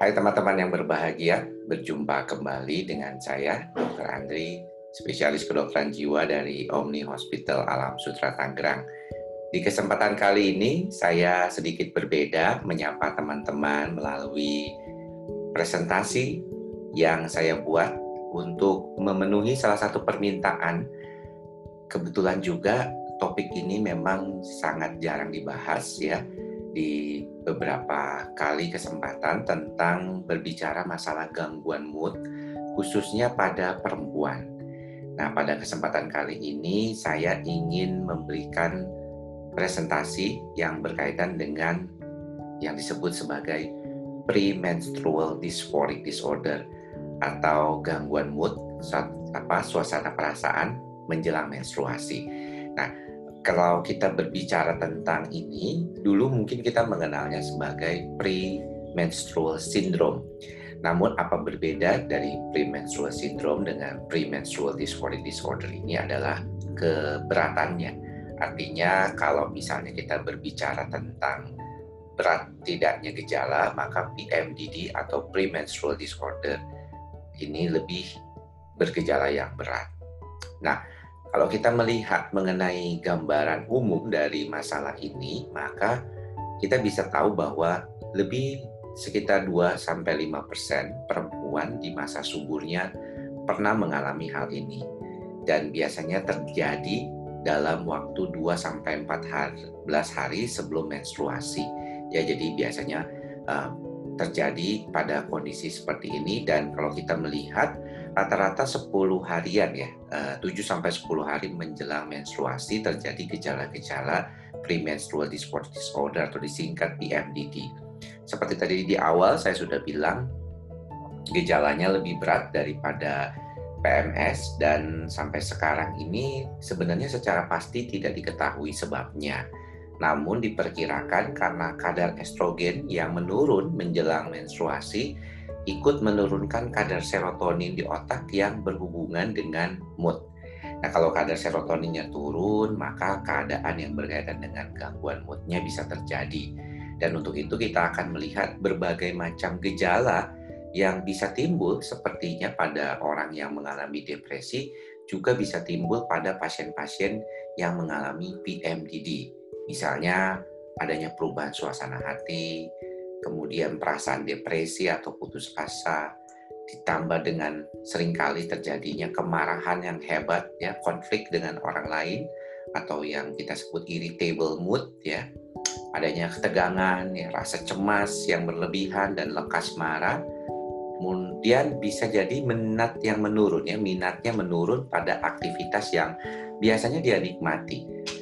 Hai teman-teman yang berbahagia, berjumpa kembali dengan saya, Dr. Andri, spesialis kedokteran jiwa dari Omni Hospital Alam Sutera Tangerang. Di kesempatan kali ini, saya sedikit berbeda menyapa teman-teman melalui presentasi yang saya buat untuk memenuhi salah satu permintaan. Kebetulan juga topik ini memang sangat jarang dibahas ya, di beberapa kali kesempatan tentang berbicara masalah gangguan mood, khususnya pada perempuan. Nah, pada kesempatan kali ini saya ingin memberikan presentasi yang berkaitan dengan yang disebut sebagai premenstrual dysphoric disorder atau gangguan mood, suasana perasaan menjelang menstruasi. Nah, kalau kita berbicara tentang ini, dulu mungkin kita mengenalnya sebagai premenstrual syndrome. Namun apa berbeda dari premenstrual syndrome dengan premenstrual dysphoric disorder ini adalah keberatannya. Artinya kalau misalnya kita berbicara tentang berat tidaknya gejala, maka PMDD atau premenstrual disorder ini lebih bergejala yang berat. Nah, kalau kita melihat mengenai gambaran umum dari masalah ini, maka kita bisa tahu bahwa lebih sekitar 2-5% perempuan di masa suburnya pernah mengalami hal ini. Dan biasanya terjadi dalam waktu 2-14 hari sebelum menstruasi. Ya, jadi biasanya terjadi pada kondisi seperti ini, dan kalau kita melihat rata-rata 10 harian ya, 7-10 hari menjelang menstruasi terjadi gejala-gejala premenstrual dysphoric disorder atau disingkat PMDD. Seperti tadi di awal saya sudah bilang, gejalanya lebih berat daripada PMS dan sampai sekarang ini sebenarnya secara pasti tidak diketahui sebabnya. Namun diperkirakan karena kadar estrogen yang menurun menjelang menstruasi ikut menurunkan kadar serotonin di otak yang berhubungan dengan mood. Nah, kalau kadar serotoninnya turun, maka keadaan yang berkaitan dengan gangguan moodnya bisa terjadi. Dan untuk itu kita akan melihat berbagai macam gejala yang bisa timbul, sepertinya pada orang yang mengalami depresi, juga bisa timbul pada pasien-pasien yang mengalami PMDD. Misalnya adanya perubahan suasana hati, kemudian perasaan depresi atau putus asa, ditambah dengan seringkali terjadinya kemarahan yang hebat, ya, konflik dengan orang lain, atau yang kita sebut irritable mood, ya, adanya ketegangan, ya, rasa cemas yang berlebihan dan lekas marah. Kemudian bisa jadi minat yang menurun, ya, minatnya menurun pada aktivitas yang biasanya dia nikmati.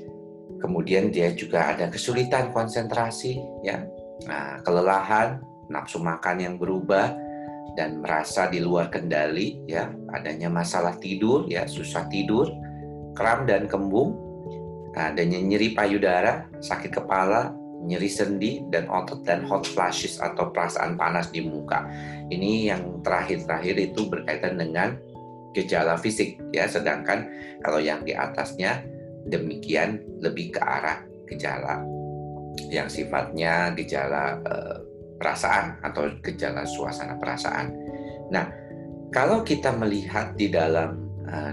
Kemudian dia juga ada kesulitan konsentrasi, ya, kelelahan, nafsu makan yang berubah dan merasa di luar kendali, ya, adanya masalah tidur, ya, susah tidur, kram dan kembung, adanya nyeri payudara, sakit kepala, nyeri sendi dan otot, dan hot flashes atau perasaan panas di muka. Ini yang terakhir-terakhir itu berkaitan dengan gejala fisik, ya, sedangkan kalau yang di atasnya demikian lebih ke arah gejala yang sifatnya gejala perasaan atau gejala suasana perasaan. Nah, kalau kita melihat di dalam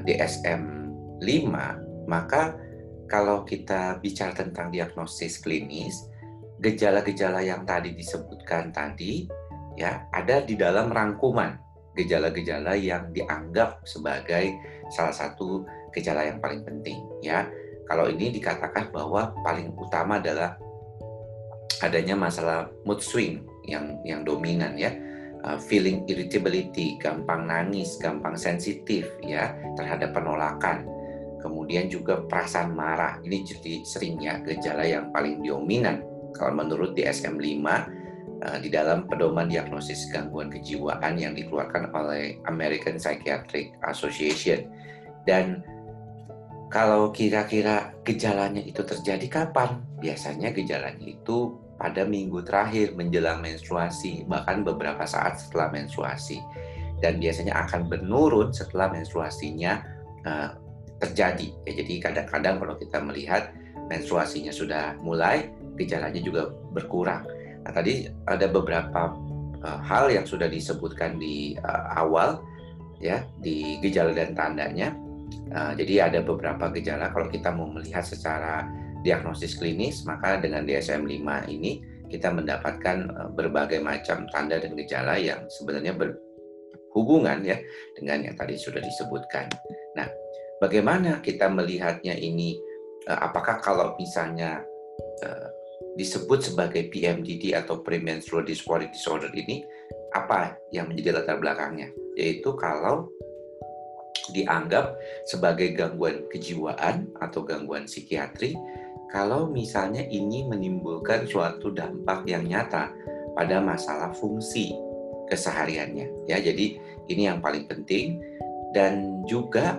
DSM-5, maka kalau kita bicara tentang diagnosis klinis, gejala-gejala yang tadi disebutkan tadi, ya, ada di dalam rangkuman gejala-gejala yang dianggap sebagai salah satu gejala yang paling penting, ya. Kalau ini dikatakan bahwa paling utama adalah adanya masalah mood swing yang dominan, ya, feeling irritability, gampang nangis, gampang sensitif, ya, terhadap penolakan. Kemudian juga perasaan marah. Ini jadi sering, ya, gejala yang paling dominan kalau menurut DSM-5 di dalam pedoman diagnosis gangguan kejiwaan yang dikeluarkan oleh American Psychiatric Association. Dan kalau kira-kira gejalanya itu terjadi kapan? Biasanya gejalanya itu pada minggu terakhir menjelang menstruasi, bahkan beberapa saat setelah menstruasi. Dan biasanya akan menurun setelah menstruasinya terjadi. Ya, jadi kadang-kadang kalau kita melihat menstruasinya sudah mulai, gejalanya juga berkurang. Nah, tadi ada beberapa hal yang sudah disebutkan di awal ya, di gejala dan tandanya. Jadi ada beberapa gejala kalau kita mau melihat secara diagnosis klinis, maka dengan DSM-5 ini kita mendapatkan berbagai macam tanda dan gejala yang sebenarnya berhubungan ya dengan yang tadi sudah disebutkan. Nah, bagaimana kita melihatnya ini? Apakah kalau misalnya disebut sebagai PMDD atau Premenstrual Dysphoric Disorder ini, apa yang menjadi latar belakangnya? Yaitu kalau dianggap sebagai gangguan kejiwaan atau gangguan psikiatri kalau misalnya ini menimbulkan suatu dampak yang nyata pada masalah fungsi kesehariannya ya. Jadi ini yang paling penting. Dan juga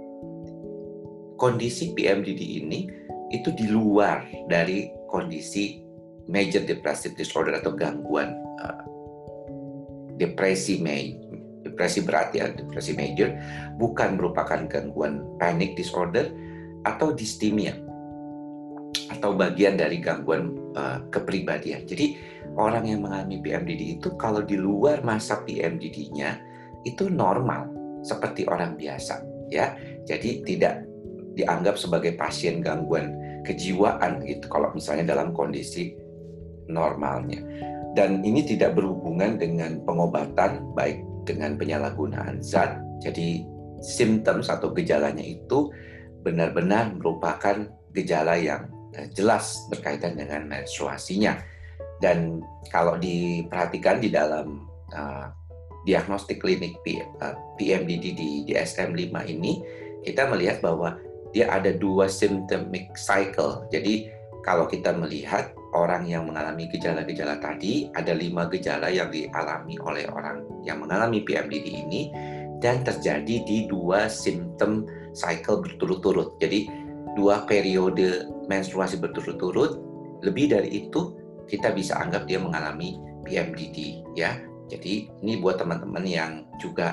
kondisi PMDD ini itu di luar dari kondisi major depressive disorder atau gangguan depresi berat ya, depresi major, bukan merupakan gangguan panic disorder atau dysthymia atau bagian dari gangguan kepribadian. Jadi orang yang mengalami PMDD itu kalau di luar masa PMDD-nya itu normal seperti orang biasa ya. Jadi tidak dianggap sebagai pasien gangguan kejiwaan gitu kalau misalnya dalam kondisi normalnya. Dan ini tidak berhubungan dengan pengobatan baik dengan penyalahgunaan zat. Jadi symptoms atau gejalanya itu benar-benar merupakan gejala yang jelas berkaitan dengan menstruasinya. Dan kalau diperhatikan di dalam diagnostik klinik PMDD di DSM-5 ini, kita melihat bahwa dia ada 2 symptomic cycle. Jadi kalau kita melihat orang yang mengalami gejala-gejala tadi, ada 5 gejala yang dialami oleh orang yang mengalami PMDD ini dan terjadi di 2 symptom cycle berturut-turut. Jadi 2 periode menstruasi berturut-turut, lebih dari itu kita bisa anggap dia mengalami PMDD ya. Jadi ini buat teman-teman yang juga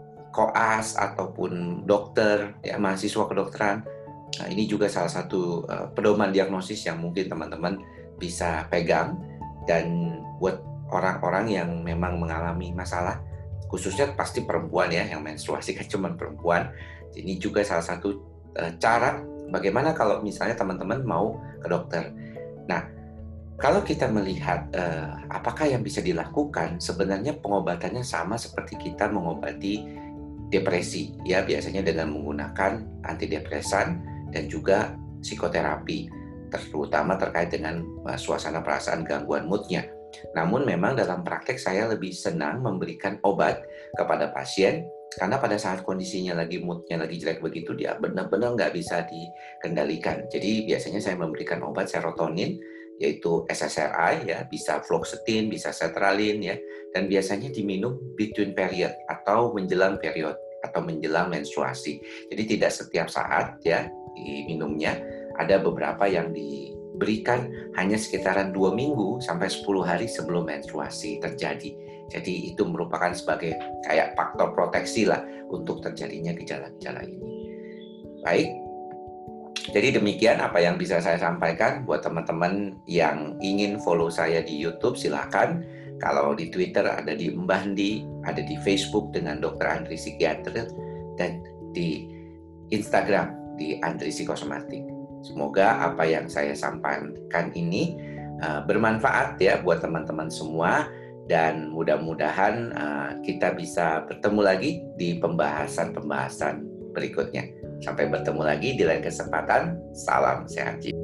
koas ataupun dokter ya, mahasiswa kedokteran. Nah, ini juga salah satu pedoman diagnosis yang mungkin teman-teman bisa pegang. Dan buat orang-orang yang memang mengalami masalah, khususnya pasti perempuan ya, yang menstruasi kan cuma perempuan. Ini juga salah satu cara bagaimana kalau misalnya teman-teman mau ke dokter. Nah, kalau kita melihat apakah yang bisa dilakukan, sebenarnya pengobatannya sama seperti kita mengobati depresi ya, biasanya dengan menggunakan antidepresan dan juga psikoterapi, terutama terkait dengan suasana perasaan gangguan moodnya. Namun memang dalam praktek saya lebih senang memberikan obat kepada pasien karena pada saat kondisinya lagi moodnya lagi jelek begitu, dia benar-benar nggak bisa dikendalikan. Jadi biasanya saya memberikan obat serotonin, yaitu SSRI ya, bisa fluoxetine, bisa sertralin ya, dan biasanya diminum between period atau menjelang period atau menjelang menstruasi. Jadi tidak setiap saat ya diminumnya, ada beberapa yang diberikan hanya sekitaran 2 minggu sampai 10 hari sebelum menstruasi terjadi. Jadi itu merupakan sebagai kayak faktor proteksi lah untuk terjadinya gejala-gejala ini. Baik. Jadi demikian apa yang bisa saya sampaikan. Buat teman-teman yang ingin follow saya di YouTube, silakan. Kalau di Twitter ada di Mbah Ndi, ada di Facebook dengan Dr. Andri Psikiater, dan di Instagram di Andri Psikosomatik. Semoga apa yang saya sampaikan ini bermanfaat ya buat teman-teman semua, dan mudah-mudahan kita bisa bertemu lagi di pembahasan-pembahasan berikutnya. Sampai bertemu lagi di lain kesempatan. Salam sehat jiwa.